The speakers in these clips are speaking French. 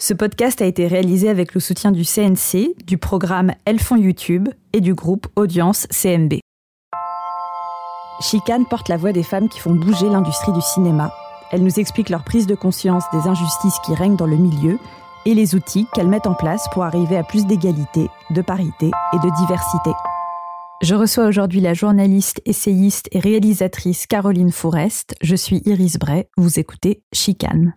Ce podcast a été réalisé avec le soutien du CNC, du programme Elles font YouTube et du groupe Audience CMB. Chicane porte la voix des femmes qui font bouger l'industrie du cinéma. Elles nous expliquent leur prise de conscience des injustices qui règnent dans le milieu et les outils qu'elles mettent en place pour arriver à plus d'égalité, de parité et de diversité. Je reçois aujourd'hui la journaliste, essayiste et réalisatrice Caroline Fourest. Je suis Iris Bray. Vous écoutez Chicane.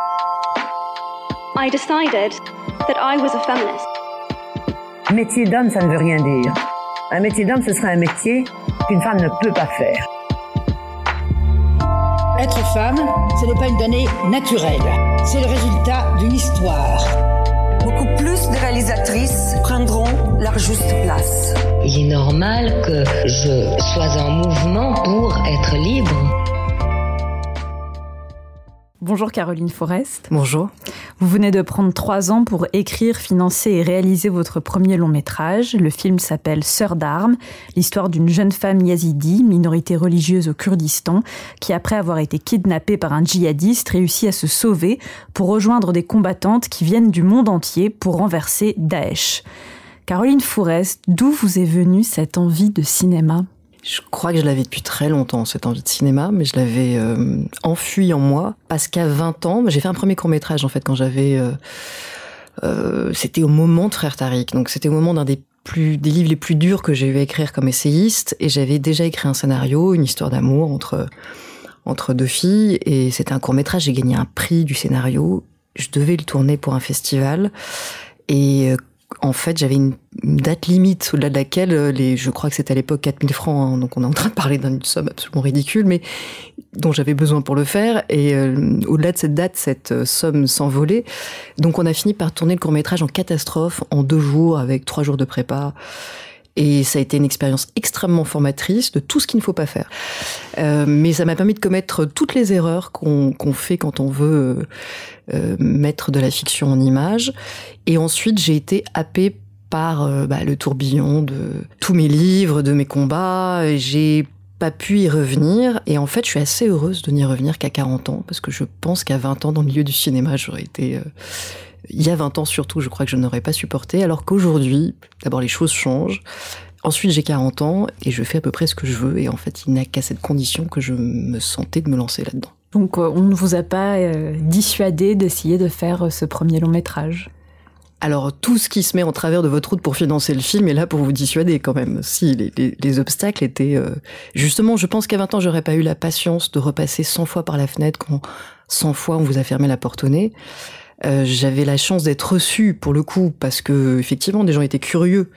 I decided that I was a feminist. Métier d'homme, ça ne veut rien dire. Un métier d'homme, ce serait un métier qu'une femme ne peut pas faire. Être femme, ce n'est pas une donnée naturelle. C'est le résultat d'une histoire. Beaucoup plus de réalisatrices prendront leur juste place. Il est normal que je sois en mouvement pour être libre. Bonjour Caroline Fourest. Bonjour. Vous venez de prendre 3 ans pour écrire, financer et réaliser votre premier long métrage. Le film s'appelle Sœurs d'armes, l'histoire d'une jeune femme yazidi, minorité religieuse au Kurdistan, qui après avoir été kidnappée par un djihadiste réussit à se sauver pour rejoindre des combattantes qui viennent du monde entier pour renverser Daesh. Caroline Fourest, d'où vous est venue cette envie de cinéma ? Je crois que je l'avais depuis très longtemps, cette envie de cinéma, mais je l'avais enfui en moi. Parce qu'à 20 ans, j'ai fait un premier court-métrage, en fait, quand j'avais... c'était au moment de Frère Tariq. Donc, c'était au moment d'un des livres les plus durs que j'ai eu à écrire comme essayiste. Et j'avais déjà écrit un scénario, une histoire d'amour entre 2 filles. Et c'était un court-métrage, j'ai gagné un prix du scénario. Je devais le tourner pour un festival. Et... en fait, j'avais une date limite au-delà de laquelle, je crois que c'était à l'époque 4000 francs, hein, donc on est en train de parler d'une somme absolument ridicule, mais dont j'avais besoin pour le faire. Et au-delà de cette date, cette somme s'envolait. Donc on a fini par tourner le court-métrage en catastrophe, en 2 jours, avec 3 jours de prépa. Et ça a été une expérience extrêmement formatrice de tout ce qu'il ne faut pas faire. Mais ça m'a permis de commettre toutes les erreurs qu'on fait quand on veut mettre de la fiction en image. Et ensuite, j'ai été happée par le tourbillon de tous mes livres, de mes combats. Et j'ai pas pu y revenir. Et en fait, je suis assez heureuse de n'y revenir qu'à 40 ans, parce que je pense qu'à 20 ans, dans le milieu du cinéma, j'aurais été... il y a 20 ans surtout, je crois que je n'aurais pas supporté, alors qu'aujourd'hui, d'abord les choses changent. Ensuite, j'ai 40 ans et je fais à peu près ce que je veux. Et en fait, il n'y a qu'à cette condition que je me sentais de me lancer là-dedans. Donc, on ne vous a pas dissuadé d'essayer de faire ce premier long métrage ? Alors, tout ce qui se met en travers de votre route pour financer le film est là pour vous dissuader quand même. Si, les obstacles étaient... Justement, je pense qu'à 20 ans, j'aurais pas eu la patience de repasser 100 fois par la fenêtre quand 100 fois on vous a fermé la porte au nez. J'avais la chance d'être reçue pour le coup parce que effectivement des gens étaient curieux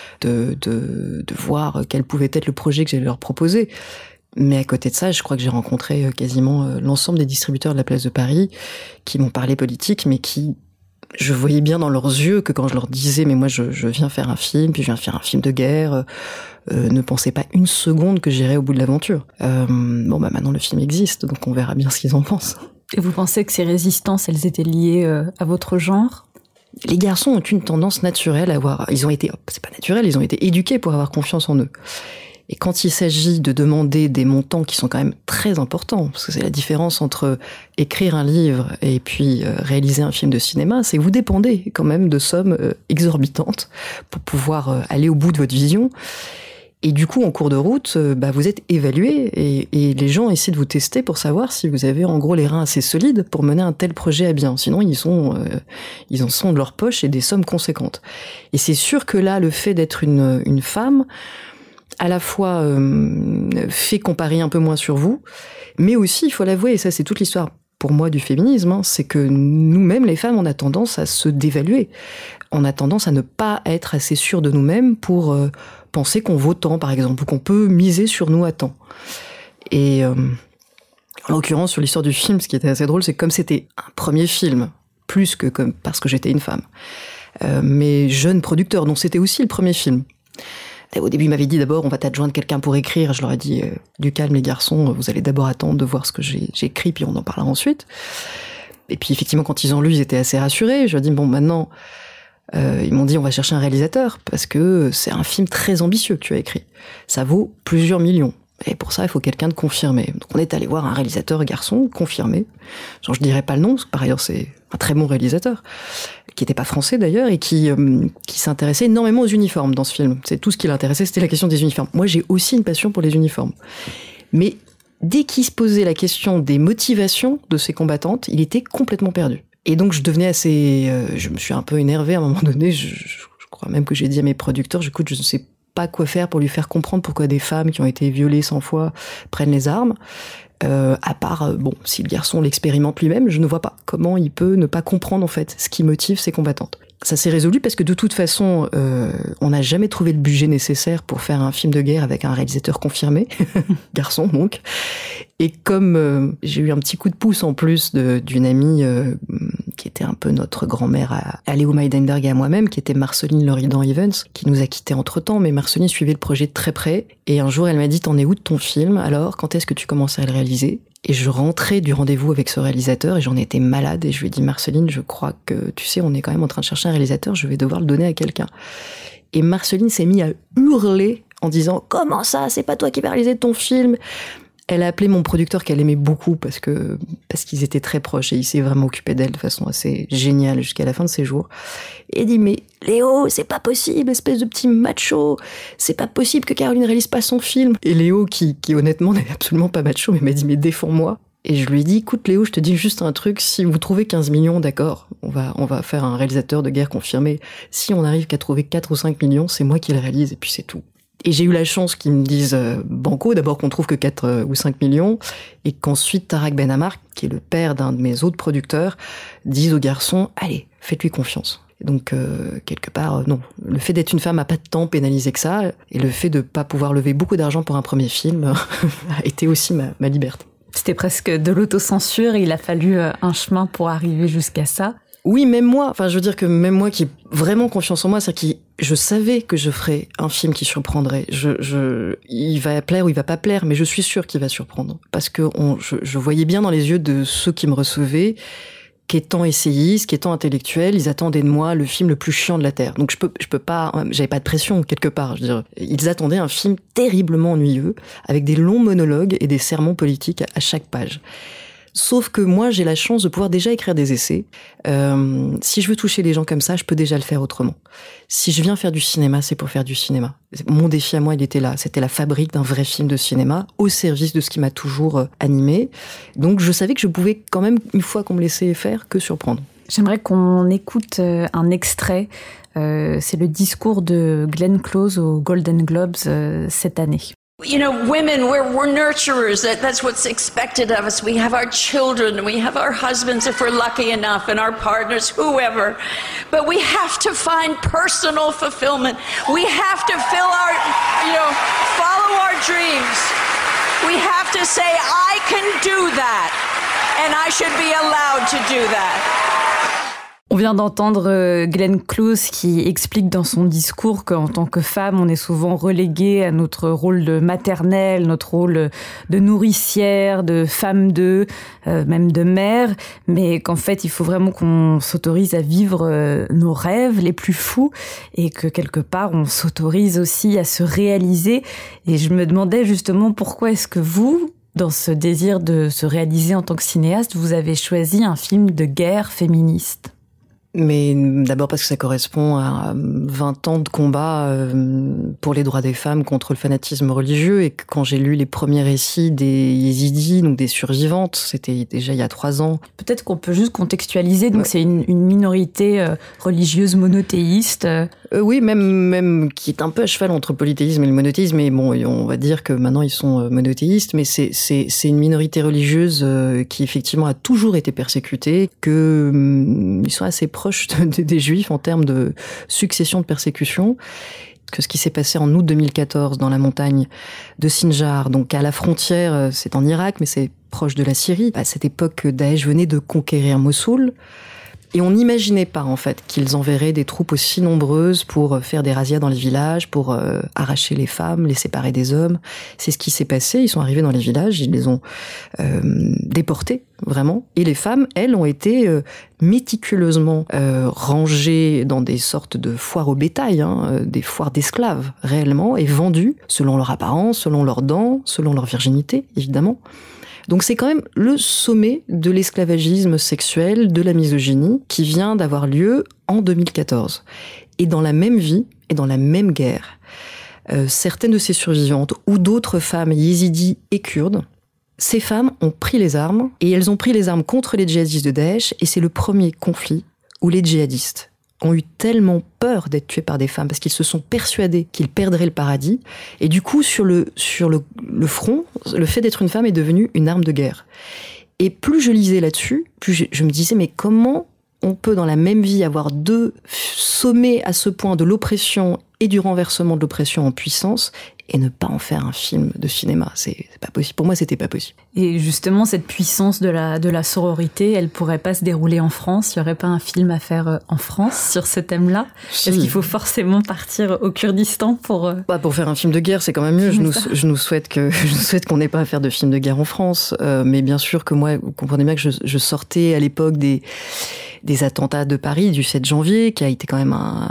de voir quel pouvait être le projet que j'allais leur proposer. Mais à côté de ça, je crois que j'ai rencontré quasiment l'ensemble des distributeurs de la place de Paris qui m'ont parlé politique, mais qui, je voyais bien dans leurs yeux que quand je leur disais mais moi je viens faire un film, puis je viens faire un film de guerre, ne pensez pas une seconde que j'irai au bout de l'aventure. Maintenant le film existe, donc on verra bien ce qu'ils en pensent. Et vous pensez que ces résistances, elles étaient liées à votre genre ? Les garçons ont une tendance naturelle à avoir... ils ont été éduqués pour avoir confiance en eux. Et quand il s'agit de demander des montants qui sont quand même très importants, parce que c'est la différence entre écrire un livre et puis réaliser un film de cinéma, c'est que vous dépendez quand même de sommes exorbitantes pour pouvoir aller au bout de votre vision. Et du coup, en cours de route, vous êtes évalué et les gens essaient de vous tester pour savoir si vous avez en gros les reins assez solides pour mener un tel projet à bien. Sinon, ils en sont de leur poche et des sommes conséquentes. Et c'est sûr que là, le fait d'être une femme, à la fois fait qu'on parie un peu moins sur vous, mais aussi, il faut l'avouer, et ça c'est toute l'histoire pour moi du féminisme, c'est que nous-mêmes, les femmes, on a tendance à se dévaluer. On a tendance à ne pas être assez sûres de nous-mêmes pour penser qu'on vaut tant, par exemple, ou qu'on peut miser sur nous à tant. Et en l'occurrence, sur l'histoire du film, ce qui était assez drôle, c'est que comme c'était un premier film, plus que comme parce que j'étais une femme, mes jeunes producteurs, dont c'était aussi le premier film, et au début, ils m'avaient dit d'abord, on va t'adjoindre quelqu'un pour écrire. Je leur ai dit, du calme les garçons, vous allez d'abord attendre de voir ce que j'ai écrit, puis on en parlera ensuite. Et puis effectivement, quand ils ont lu, ils étaient assez rassurés. Je leur ai dit, bon, maintenant, ils m'ont dit, on va chercher un réalisateur, parce que c'est un film très ambitieux que tu as écrit. Ça vaut plusieurs millions. Et pour ça, il faut quelqu'un de confirmé. Donc on est allé voir un réalisateur garçon confirmé. Genre, je dirais pas le nom, parce que par ailleurs c'est très bon réalisateur, qui n'était pas français d'ailleurs, et qui s'intéressait énormément aux uniformes dans ce film. C'est tout ce qui l'intéressait, c'était la question des uniformes. Moi, j'ai aussi une passion pour les uniformes. Mais dès qu'il se posait la question des motivations de ces combattantes, il était complètement perdu. Et donc, je devenais assez... je me suis un peu énervée à un moment donné. Je crois même que j'ai dit à mes producteurs, écoute, je ne sais pas quoi faire pour lui faire comprendre pourquoi des femmes qui ont été violées 100 fois prennent les armes. À part, si le garçon l'expérimente lui-même, je ne vois pas comment il peut ne pas comprendre, en fait, ce qui motive ces combattantes. Ça s'est résolu parce que de toute façon, on n'a jamais trouvé le budget nécessaire pour faire un film de guerre avec un réalisateur confirmé, garçon donc. Et comme j'ai eu un petit coup de pouce en plus d'une amie qui était un peu notre grand-mère à Léo Meidenberg et à moi-même, qui était Marceline Loridan-Evans, qui nous a quittés entre-temps, mais Marceline suivait le projet de très près. Et un jour, elle m'a dit, t'en es où de ton film? Alors, quand est-ce que tu commences à le réaliser? Et je rentrais du rendez-vous avec ce réalisateur et j'en étais malade et je lui ai dit, Marceline, je crois que, tu sais, on est quand même en train de chercher un réalisateur, je vais devoir le donner à quelqu'un. Et Marceline s'est mise à hurler en disant, comment ça, c'est pas toi qui vas réaliser ton film? Elle a appelé mon producteur qu'elle aimait beaucoup parce qu'ils étaient très proches et il s'est vraiment occupé d'elle de façon assez géniale jusqu'à la fin de ses jours. Et il dit, mais Léo, c'est pas possible, espèce de petit macho, c'est pas possible que Caroline réalise pas son film. Et Léo, qui honnêtement n'est absolument pas macho, mais m'a dit, mais défends-moi. Et je lui ai dit, écoute Léo, je te dis juste un truc, si vous trouvez 15 millions, d'accord, on va faire un réalisateur de guerre confirmé. Si on arrive qu'à trouver 4 ou 5 millions, c'est moi qui le réalise et puis c'est tout. Et j'ai eu la chance qu'ils me disent banco, d'abord qu'on trouve que 4 ou 5 millions, et qu'ensuite Tarak Ben Ammar, qui est le père d'un de mes autres producteurs, dise au garçon, allez, faites-lui confiance. Et donc, quelque part, non. Le fait d'être une femme a pas tant pénalisé que ça, et le fait de pas pouvoir lever beaucoup d'argent pour un premier film a été aussi ma liberté. C'était presque de l'autocensure, il a fallu un chemin pour arriver jusqu'à ça. Oui, même moi, enfin, je veux dire que même moi qui ai vraiment confiance en moi, c'est-à-dire que je savais que je ferais un film qui surprendrait. Il va plaire ou il va pas plaire, mais je suis sûre qu'il va surprendre. Parce que je voyais bien dans les yeux de ceux qui me recevaient qu'étant essayiste, qu'étant intellectuel, ils attendaient de moi le film le plus chiant de la Terre. Donc je peux pas, j'avais pas de pression quelque part. Je veux dire, ils attendaient un film terriblement ennuyeux, avec des longs monologues et des sermons politiques à chaque page. Sauf que moi, j'ai la chance de pouvoir déjà écrire des essais. Si je veux toucher les gens comme ça, je peux déjà le faire autrement. Si je viens faire du cinéma, c'est pour faire du cinéma. Mon défi à moi, il était là. C'était la fabrique d'un vrai film de cinéma, au service de ce qui m'a toujours animé. Donc, je savais que je pouvais quand même, une fois qu'on me laissait faire, que surprendre. J'aimerais qu'on écoute un extrait. C'est le discours de Glenn Close aux Golden Globes cette année. You know, women, we're nurturers. That's what's expected of us. We have our children, we have our husbands if we're lucky enough, and our partners, whoever. But we have to find personal fulfillment. We have to follow our dreams. We have to say, I can do that, and I should be allowed to do that. On vient d'entendre Glenn Close qui explique dans son discours qu'en tant que femme, on est souvent relégué à notre rôle de maternelle, notre rôle de nourricière, de femme même de mère, mais qu'en fait, il faut vraiment qu'on s'autorise à vivre nos rêves les plus fous et que quelque part, on s'autorise aussi à se réaliser. Et je me demandais justement pourquoi est-ce que vous, dans ce désir de se réaliser en tant que cinéaste, vous avez choisi un film de guerre féministe? Mais d'abord parce que ça correspond à 20 ans de combat pour les droits des femmes contre le fanatisme religieux, et que quand j'ai lu les premiers récits des Yézidis, donc des survivantes, c'était déjà il y a 3 ans. Peut-être qu'on peut juste contextualiser, donc c'est une minorité religieuse monothéiste. Oui, même qui est un peu à cheval entre le polythéisme et le monothéisme, mais bon, on va dire que maintenant ils sont monothéistes, mais c'est une minorité religieuse qui effectivement a toujours été persécutée, ils sont assez proches des Juifs en termes de succession de persécutions. Que ce qui s'est passé en août 2014 dans la montagne de Sinjar, donc à la frontière, c'est en Irak, mais c'est proche de la Syrie. À cette époque, Daesh venait de conquérir Mossoul. Et on n'imaginait pas, en fait, qu'ils enverraient des troupes aussi nombreuses pour faire des razzias dans les villages, pour arracher les femmes, les séparer des hommes. C'est ce qui s'est passé. Ils sont arrivés dans les villages, ils les ont déportés, vraiment. Et les femmes, elles, ont été méticuleusement rangées dans des sortes de foires au bétail, des foires d'esclaves, réellement, et vendues selon leur apparence, selon leurs dents, selon leur virginité, évidemment. Donc c'est quand même le sommet de l'esclavagisme sexuel, de la misogynie, qui vient d'avoir lieu en 2014. Et dans la même vie, et dans la même guerre, certaines de ces survivantes, ou d'autres femmes yézidis et kurdes, ces femmes ont pris les armes, et elles ont pris les armes contre les djihadistes de Daesh, et c'est le premier conflit où les djihadistes ont eu tellement peur d'être tués par des femmes, parce qu'ils se sont persuadés qu'ils perdraient le paradis, et du coup, sur le front, le fait d'être une femme est devenu une arme de guerre. Et plus je lisais là-dessus, plus je me disais, mais comment on peut dans la même vie avoir deux sommets à ce point de l'oppression et du renversement de l'oppression en puissance, et ne pas en faire un film de cinéma. C'est pas possible. Pour moi, c'était pas possible. Et justement, cette puissance de la sororité, elle pourrait pas se dérouler en France? Il y aurait pas un film à faire en France sur ce thème-là? Si. Est-ce qu'il faut forcément partir au Kurdistan pour... Pour faire un film de guerre, c'est quand même mieux. Je nous souhaite qu'on n'ait pas à faire de film de guerre en France. Mais bien sûr que moi, vous comprenez bien que je sortais à l'époque des attentats de Paris du 7 janvier, qui a été quand même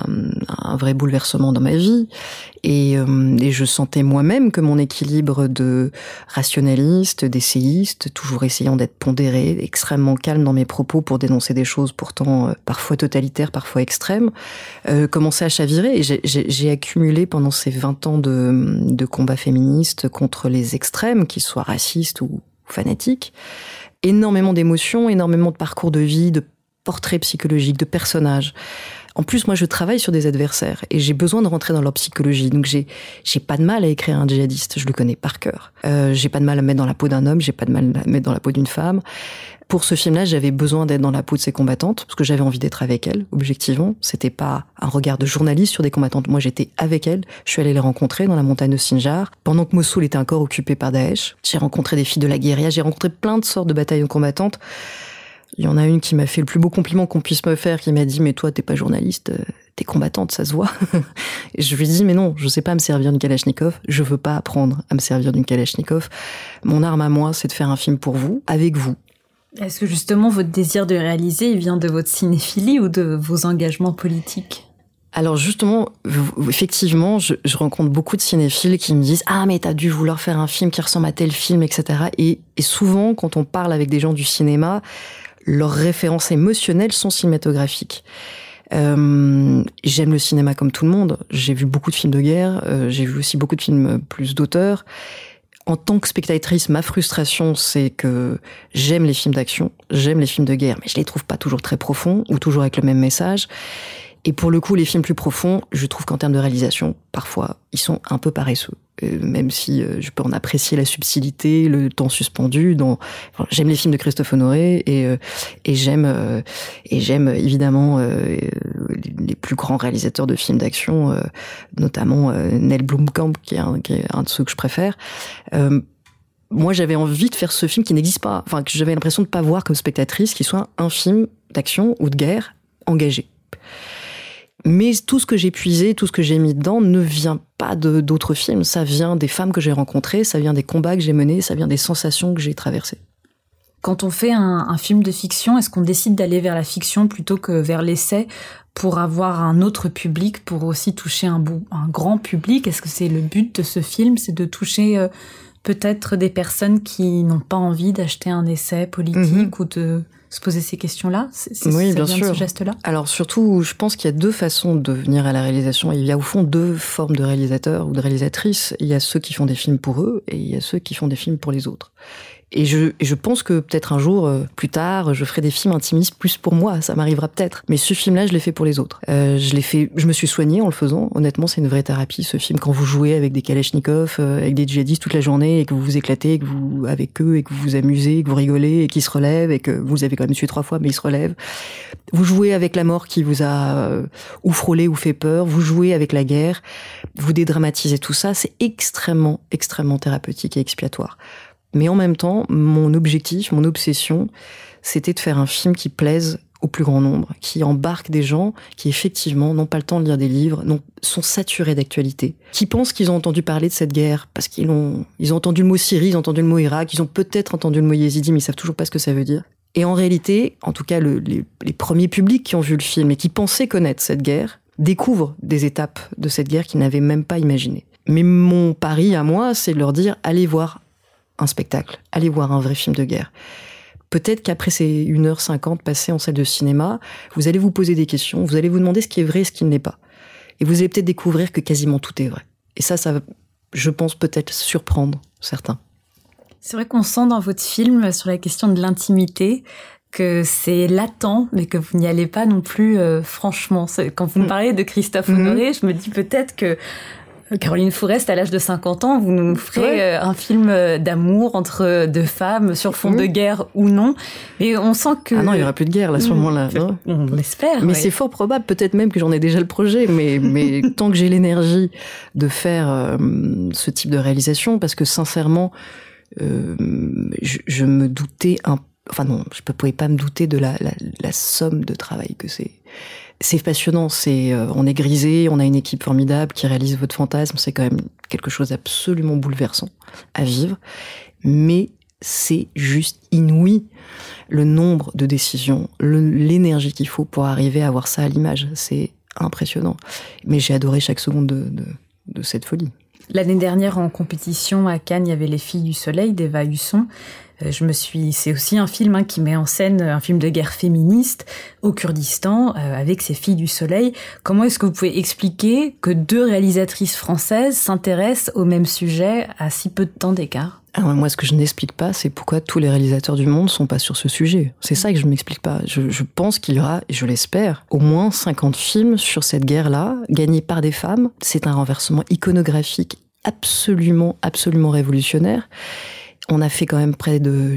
un vrai bouleversement dans ma vie. Et je sentais moi-même que mon équilibre de rationaliste, d'essayiste, toujours essayant d'être pondéré, extrêmement calme dans mes propos pour dénoncer des choses pourtant parfois totalitaires, parfois extrêmes, commençait à chavirer. Et j'ai accumulé pendant ces 20 ans de combats féministes contre les extrêmes, qu'ils soient racistes ou fanatiques, énormément d'émotions, énormément de parcours de vie, de portraits psychologiques, de personnages. En plus, moi, je travaille sur des adversaires et j'ai besoin de rentrer dans leur psychologie. Donc, j'ai pas de mal à écrire un djihadiste. Je le connais par cœur. J'ai pas de mal à me mettre dans la peau d'un homme. J'ai pas de mal à me mettre dans la peau d'une femme. Pour ce film-là, j'avais besoin d'être dans la peau de ces combattantes parce que j'avais envie d'être avec elles, objectivement. C'était pas un regard de journaliste sur des combattantes. Moi, j'étais avec elles. Je suis allée les rencontrer dans la montagne de Sinjar. Pendant que Mossoul était encore occupé par Daesh, j'ai rencontré des filles de la guérilla. J'ai rencontré plein de sortes de bataillons combattantes. Il y en a une qui m'a fait le plus beau compliment qu'on puisse me faire, qui m'a dit « Mais toi, t'es pas journaliste, t'es combattante, ça se voit. » Et je lui ai dit « Mais non, je sais pas me servir d'une Kalachnikov, je veux pas apprendre à me servir d'une Kalachnikov. Mon arme à moi, c'est de faire un film pour vous, avec vous. » Est-ce que justement, votre désir de réaliser, il vient de votre cinéphilie ou de vos engagements politiques ? Alors justement, effectivement, je rencontre beaucoup de cinéphiles qui me disent « Ah, mais t'as dû vouloir faire un film qui ressemble à tel film, etc. » Et souvent, quand on parle avec des gens du cinéma, leurs références émotionnelles sont cinématographiques. J'aime le cinéma comme tout le monde. J'ai vu beaucoup de films de guerre. J'ai vu aussi beaucoup de films plus d'auteurs. En tant que spectatrice, ma frustration, c'est que j'aime les films d'action, j'aime les films de guerre, mais je les trouve pas toujours très profonds ou toujours avec le même message. Et pour le coup, les films plus profonds, je trouve qu'en termes de réalisation, parfois, ils sont un peu paresseux. Même si je peux en apprécier la subtilité, le temps suspendu. J'aime les films de Christophe Honoré et j'aime évidemment les plus grands réalisateurs de films d'action, notamment Nell Blomkamp, qui est un de ceux que je préfère. Moi, j'avais envie de faire ce film qui n'existe pas, enfin que j'avais l'impression de pas voir comme spectatrice, qui soit un film d'action ou de guerre engagé. Mais tout ce que j'ai puisé, tout ce que j'ai mis dedans ne vient pas d'autres films. Ça vient des femmes que j'ai rencontrées, ça vient des combats que j'ai menés, ça vient des sensations que j'ai traversées. Quand on fait un film de fiction, est-ce qu'on décide d'aller vers la fiction plutôt que vers l'essai pour avoir un autre public, pour aussi toucher un grand public? Est-ce que c'est le but de ce film, c'est de toucher peut-être des personnes qui n'ont pas envie d'acheter un essai politique ou de se poser ces questions-là? Oui, bien sûr. Ce geste-là. Alors surtout, je pense qu'il y a deux façons de venir à la réalisation. Il y a au fond deux formes de réalisateurs ou de réalisatrices. Il y a ceux qui font des films pour eux et il y a ceux qui font des films pour les autres. Et je pense que peut-être un jour, plus tard, je ferai des films intimistes plus pour moi. Ça m'arrivera peut-être. Mais ce film-là, je l'ai fait pour les autres. Je me suis soignée en le faisant. Honnêtement, c'est une vraie thérapie, ce film. Quand vous jouez avec des Kalachnikov, avec des djihadistes toute la journée, et que vous vous éclatez, avec eux, et que vous vous amusez, et que vous rigolez, et qu'ils se relèvent, et que vous avez quand même tué 3 fois, mais ils se relèvent. Vous jouez avec la mort qui vous a ou frôlé ou fait peur. Vous jouez avec la guerre. Vous dédramatisez tout ça. C'est extrêmement, extrêmement thérapeutique et expiatoire. Mais en même temps, mon objectif, mon obsession, c'était de faire un film qui plaise au plus grand nombre, qui embarque des gens qui, effectivement, n'ont pas le temps de lire des livres, sont saturés d'actualité, qui pensent qu'ils ont entendu parler de cette guerre, parce qu'ils ont entendu le mot Syrie, ils ont entendu le mot Irak, ils ont peut-être entendu le mot Yézidi, mais ils savent toujours pas ce que ça veut dire. Et en réalité, en tout cas, les premiers publics qui ont vu le film et qui pensaient connaître cette guerre, découvrent des étapes de cette guerre qu'ils n'avaient même pas imaginées. Mais mon pari à moi, c'est de leur dire, allez voir un spectacle, allez voir un vrai film de guerre. Peut-être qu'après ces 1h50 passées en salle de cinéma, vous allez vous poser des questions, vous allez vous demander ce qui est vrai et ce qui ne l'est pas. Et vous allez peut-être découvrir que quasiment tout est vrai. Et ça va, je pense, peut-être surprendre certains. C'est vrai qu'on sent dans votre film, sur la question de l'intimité, que c'est latent, mais que vous n'y allez pas non plus franchement. Quand vous me parlez de Christophe Honoré, je me dis peut-être que Caroline Fourest, à l'âge de 50 ans, vous nous ferez un film d'amour entre deux femmes sur fond de guerre ou non. Et on sent que... Ah non, il n'y aura plus de guerre là, à ce moment-là. Non, on l'espère. Mais c'est fort probable, peut-être même que j'en ai déjà le projet, mais tant que j'ai l'énergie de faire ce type de réalisation, parce que sincèrement, je me doutais enfin non, je ne pouvais pas me douter de la somme de travail que c'est. C'est passionnant, on est grisé, on a une équipe formidable qui réalise votre fantasme, c'est quand même quelque chose d'absolument bouleversant à vivre, mais c'est juste inouï le nombre de décisions, l'énergie qu'il faut pour arriver à avoir ça à l'image, c'est impressionnant. Mais j'ai adoré chaque seconde de cette folie. L'année dernière, en compétition à Cannes, il y avait Les Filles du Soleil d'Eva Husson. C'est aussi un film qui met en scène un film de guerre féministe au Kurdistan avec ces Filles du Soleil. Comment est-ce que vous pouvez expliquer que deux réalisatrices françaises s'intéressent au même sujet à si peu de temps d'écart ? Alors moi, ce que je n'explique pas, c'est pourquoi tous les réalisateurs du monde sont pas sur ce sujet. C'est ça que je m'explique pas. Je pense qu'il y aura, et je l'espère, au moins 50 films sur cette guerre-là, gagnés par des femmes. C'est un renversement iconographique absolument, absolument révolutionnaire. On a fait quand même près de,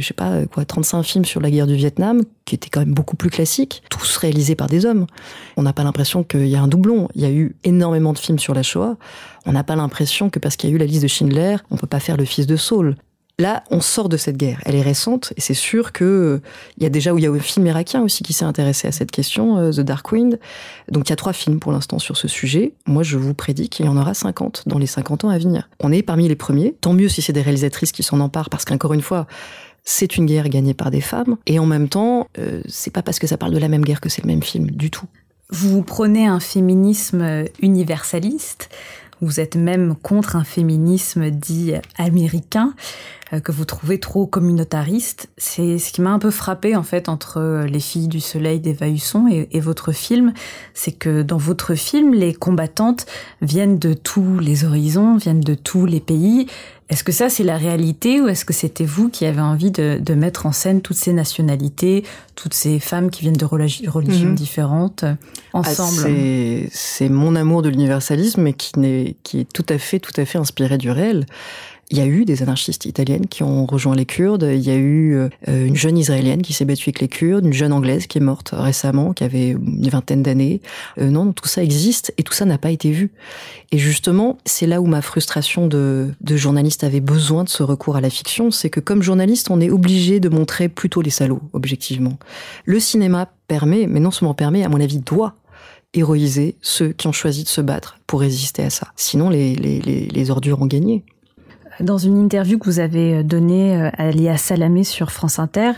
35 films sur la guerre du Vietnam, qui étaient quand même beaucoup plus classiques, tous réalisés par des hommes. On n'a pas l'impression qu'il y a un doublon. Il y a eu énormément de films sur la Shoah. On n'a pas l'impression que parce qu'il y a eu la liste de Schindler, on peut pas faire Le Fils de Saul. Là, on sort de cette guerre. Elle est récente, et c'est sûr que il y a un film irakien aussi qui s'est intéressé à cette question, The Dark Wind. Donc il y a 3 films pour l'instant sur ce sujet. Moi, je vous prédis qu'il y en aura 50 dans les 50 ans à venir. On est parmi les premiers. Tant mieux si c'est des réalisatrices qui s'en emparent, parce qu'encore une fois, c'est une guerre gagnée par des femmes. Et en même temps, c'est pas parce que ça parle de la même guerre que c'est le même film du tout. Vous prenez un féminisme universaliste. Vous êtes même contre un féminisme dit américain, que vous trouvez trop communautariste. C'est ce qui m'a un peu frappé, en fait, entre Les Filles du Soleil d'Eva Husson et votre film. C'est que dans votre film, les combattantes viennent de tous les horizons, viennent de tous les pays. Est-ce que ça, c'est la réalité, ou est-ce que c'était vous qui avez envie de mettre en scène toutes ces nationalités, toutes ces femmes qui viennent de religions différentes, ensemble? C'est mon amour de l'universalisme, mais qui est tout à fait inspiré du réel. Il y a eu des anarchistes italiennes qui ont rejoint les Kurdes. Il y a eu une jeune Israélienne qui s'est battue avec les Kurdes, une jeune Anglaise qui est morte récemment, qui avait une 20aine d'années. Non, tout ça existe et tout ça n'a pas été vu. Et justement, c'est là où ma frustration de journaliste avait besoin de ce recours à la fiction, c'est que comme journaliste, on est obligé de montrer plutôt les salauds, objectivement. Le cinéma permet, mais non seulement permet, à mon avis, doit héroïser ceux qui ont choisi de se battre pour résister à ça. Sinon, les ordures ont gagné. Dans une interview que vous avez donnée à Léa Salamé sur France Inter,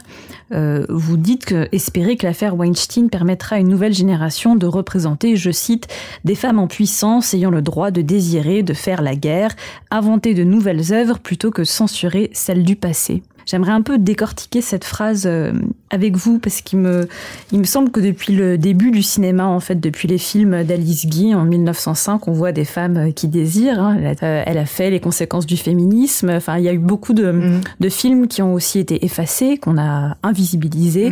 vous dites espérer que l'affaire Weinstein permettra à une nouvelle génération de représenter, je cite, des femmes en puissance ayant le droit de désirer, de faire la guerre, inventer de nouvelles œuvres plutôt que censurer celles du passé. J'aimerais un peu décortiquer cette phrase avec vous, parce qu'il me semble que depuis le début du cinéma, en fait, depuis les films d'Alice Guy en 1905, on voit des femmes qui désirent. Elle a fait Les conséquences du féminisme. Enfin, il y a eu beaucoup de films qui ont aussi été effacés, qu'on a invisibilisés.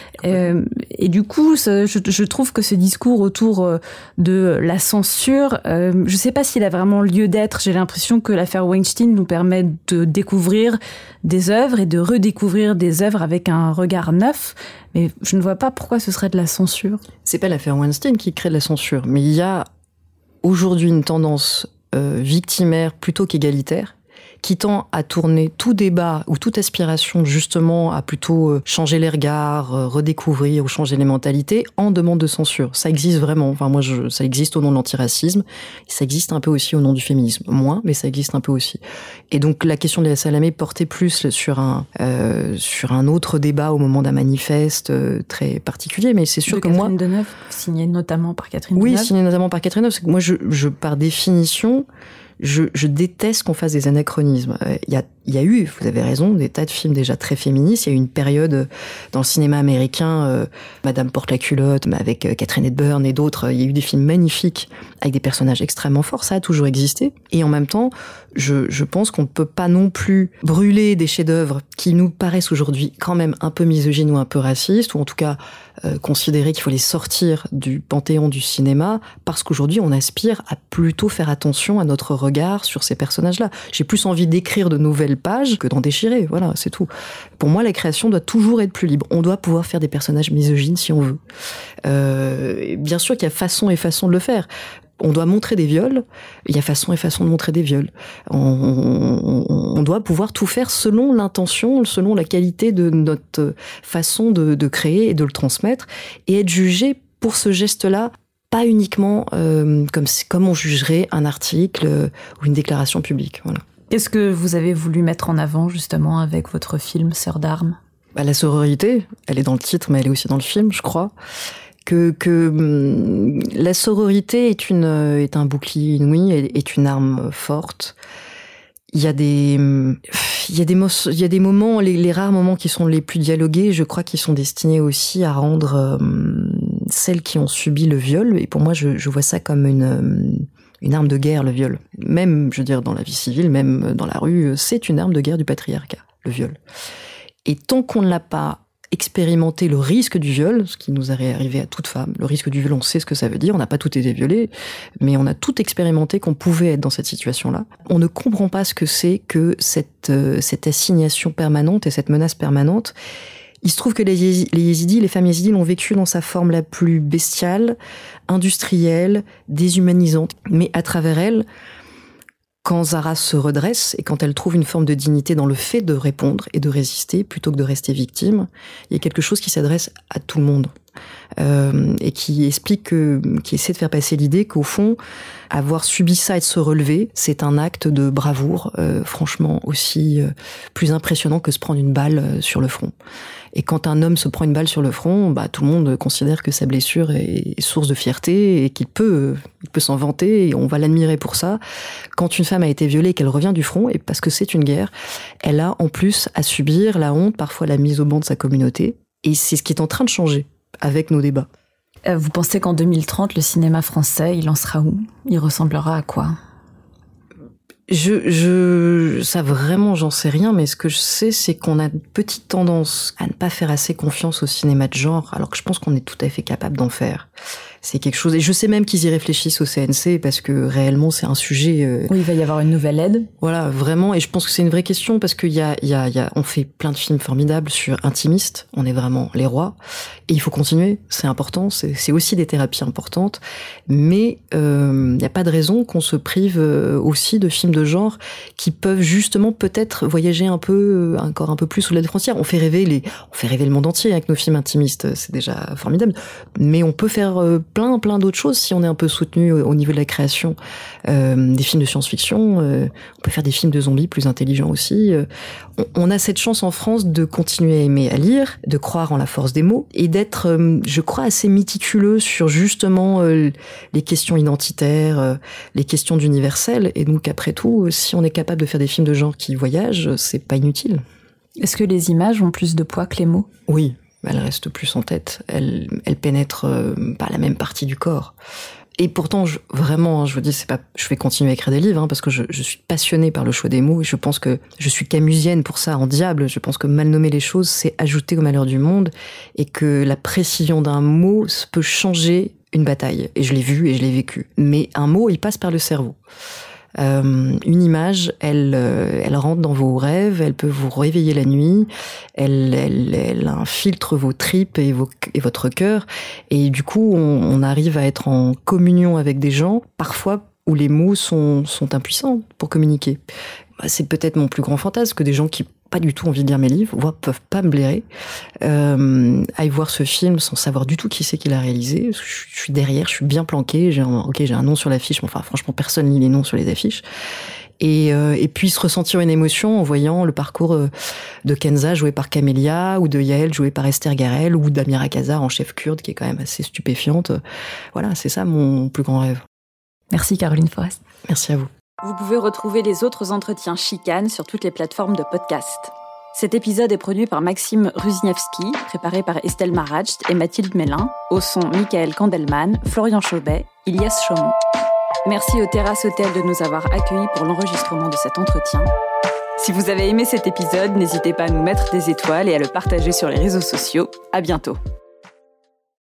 Et du coup, je trouve que ce discours autour de la censure, je sais pas s'il a vraiment lieu d'être. J'ai l'impression que l'affaire Weinstein nous permet de découvrir des œuvres et de redécouvrir des œuvres avec un regard neuf, mais je ne vois pas pourquoi ce serait de la censure. C'est pas l'affaire Weinstein qui crée de la censure, mais il y a aujourd'hui une tendance victimaire plutôt qu'égalitaire, qui tend à tourner tout débat ou toute aspiration justement à plutôt changer les regards, redécouvrir ou changer les mentalités en demande de censure. Ça existe vraiment. Enfin, ça existe au nom de l'antiracisme. Ça existe un peu aussi au nom du féminisme. Moins, mais ça existe un peu aussi. Et donc, la question de Léa Salamé portait plus sur un autre débat au moment d'un manifeste très particulier. Mais c'est sûr que moi... Catherine Deneuve, signé notamment par Catherine Deneuve. Oui, signé notamment par Catherine Deneuve. C'est que moi, par définition... Je déteste qu'on fasse des anachronismes. Il y a Il y a eu, vous avez raison, des tas de films déjà très féministes. Il y a eu une période dans le cinéma américain, Madame porte la culotte, mais avec Katharine Hepburn et d'autres. Il y a eu des films magnifiques avec des personnages extrêmement forts. Ça a toujours existé. Et en même temps, je pense qu'on ne peut pas non plus brûler des chefs-d'œuvre qui nous paraissent aujourd'hui quand même un peu misogynes ou un peu racistes, ou en tout cas considérer qu'il faut les sortir du panthéon du cinéma, parce qu'aujourd'hui on aspire à plutôt faire attention à notre regard sur ces personnages-là. J'ai plus envie d'écrire de nouvelles pages que d'en déchirer, voilà, c'est tout. Pour moi, la création doit toujours être plus libre. On doit pouvoir faire des personnages misogynes si on veut. Bien sûr qu'il y a façon et façon de le faire. On doit montrer des viols, il y a façon et façon de montrer des viols. On doit pouvoir tout faire selon l'intention, selon la qualité de notre façon de créer et de le transmettre, et être jugé pour ce geste-là, pas uniquement comme on jugerait un article ou une déclaration publique. Voilà. Qu'est-ce que vous avez voulu mettre en avant justement avec votre film Sœurs d'armes ? La sororité, elle est dans le titre, mais elle est aussi dans le film, je crois. Que la sororité est un bouclier inouï, est une arme forte. Il y a des moments, les rares moments qui sont les plus dialogués, je crois qu'ils sont destinés aussi à rendre celles qui ont subi le viol. Et pour moi, je vois ça comme une arme de guerre, le viol. Même, je veux dire, dans la vie civile, même dans la rue, c'est une arme de guerre du patriarcat, le viol. Et tant qu'on ne l'a pas expérimenter le risque du viol, ce qui nous est arrivé à toute femme. Le risque du viol, on sait ce que ça veut dire, on n'a pas tout été violé, mais on a tout expérimenté qu'on pouvait être dans cette situation-là. On ne comprend pas ce que c'est que cette assignation permanente et cette menace permanente. Il se trouve que les yézidis, les femmes yézidis l'ont vécu dans sa forme la plus bestiale, industrielle, déshumanisante, mais à travers elle, quand Zahra se redresse et quand elle trouve une forme de dignité dans le fait de répondre et de résister plutôt que de rester victime, il y a quelque chose qui s'adresse à tout le monde et qui essaie de faire passer l'idée qu'au fond, avoir subi ça et de se relever, c'est un acte de bravoure, franchement aussi plus impressionnant que se prendre une balle sur le front. Et quand un homme se prend une balle sur le front, tout le monde considère que sa blessure est source de fierté et qu'il peut s'en vanter et on va l'admirer pour ça. Quand une femme a été violée et qu'elle revient du front, et parce que c'est une guerre, elle a en plus à subir la honte, parfois la mise au banc de sa communauté. Et c'est ce qui est en train de changer avec nos débats. Vous pensez qu'en 2030, le cinéma français, il en sera où ? Il ressemblera à quoi ? Ça vraiment, j'en sais rien, mais ce que je sais, c'est qu'on a une petite tendance à ne pas faire assez confiance au cinéma de genre, alors que je pense qu'on est tout à fait capable d'en faire. C'est quelque chose, et je sais même qu'ils y réfléchissent au CNC, parce que réellement, c'est un sujet... Oui, il va y avoir une nouvelle aide. Voilà, vraiment, et je pense que c'est une vraie question, parce qu'il on fait plein de films formidables sur intimistes, on est vraiment les rois, et il faut continuer, c'est important, c'est aussi des thérapies importantes, mais il n'y a pas de raison qu'on se prive aussi de films de genre qui peuvent justement peut-être voyager encore un peu plus au-delà des frontières. On fait rêver le monde entier avec nos films intimistes, c'est déjà formidable, mais on peut faire plein d'autres choses si on est un peu soutenu au niveau de la création. Des films de science-fiction, on peut faire des films de zombies plus intelligents aussi. On a cette chance en France de continuer à aimer à lire, de croire en la force des mots et d'être, je crois, assez méticuleux sur justement les questions identitaires, les questions d'universel. Et donc après tout, si on est capable de faire des films de genre qui voyagent, c'est pas inutile. Est-ce que les images ont plus de poids que les mots ? Oui. Elle reste plus en tête, elle pénètre par la même partie du corps. Et pourtant, je vous dis, je vais continuer à écrire des livres, parce que je suis passionnée par le choix des mots, et je pense que je suis camusienne pour ça, en diable. Je pense que mal nommer les choses, c'est ajouter au malheur du monde, et que la précision d'un mot peut changer une bataille. Et je l'ai vu et je l'ai vécu. Mais un mot, il passe par le cerveau. Une image, elle rentre dans vos rêves, elle peut vous réveiller la nuit, elle infiltre vos tripes et votre cœur, et du coup on arrive à être en communion avec des gens, parfois où les mots sont impuissants pour communiquer. C'est peut-être mon plus grand fantasme, que des gens qui pas du tout envie de lire mes livres, voire peuvent pas me blairer, aillent voir ce film sans savoir du tout qui c'est qui l'a réalisé. Je suis derrière, je suis bien planqué, j'ai un nom sur l'affiche, mais enfin franchement personne lit les noms sur les affiches. Et puisse ressentir une émotion en voyant le parcours de Kenza joué par Camélia, ou de Yael joué par Esther Garel, ou d'Amira Kazar en chef kurde qui est quand même assez stupéfiante. Voilà, c'est ça mon plus grand rêve. Merci Caroline Forest. Merci à vous. Vous pouvez retrouver les autres entretiens Chicane sur toutes les plateformes de podcast. Cet épisode est produit par Maxime Ruzniewski, préparé par Estelle Maratcht et Mathilde Mélin, au son Michael Kandelman, Florian Chaubet, Ilias Chaumont. Merci au Terrasse Hotel de nous avoir accueillis pour l'enregistrement de cet entretien. Si vous avez aimé cet épisode, n'hésitez pas à nous mettre des étoiles et à le partager sur les réseaux sociaux. À bientôt.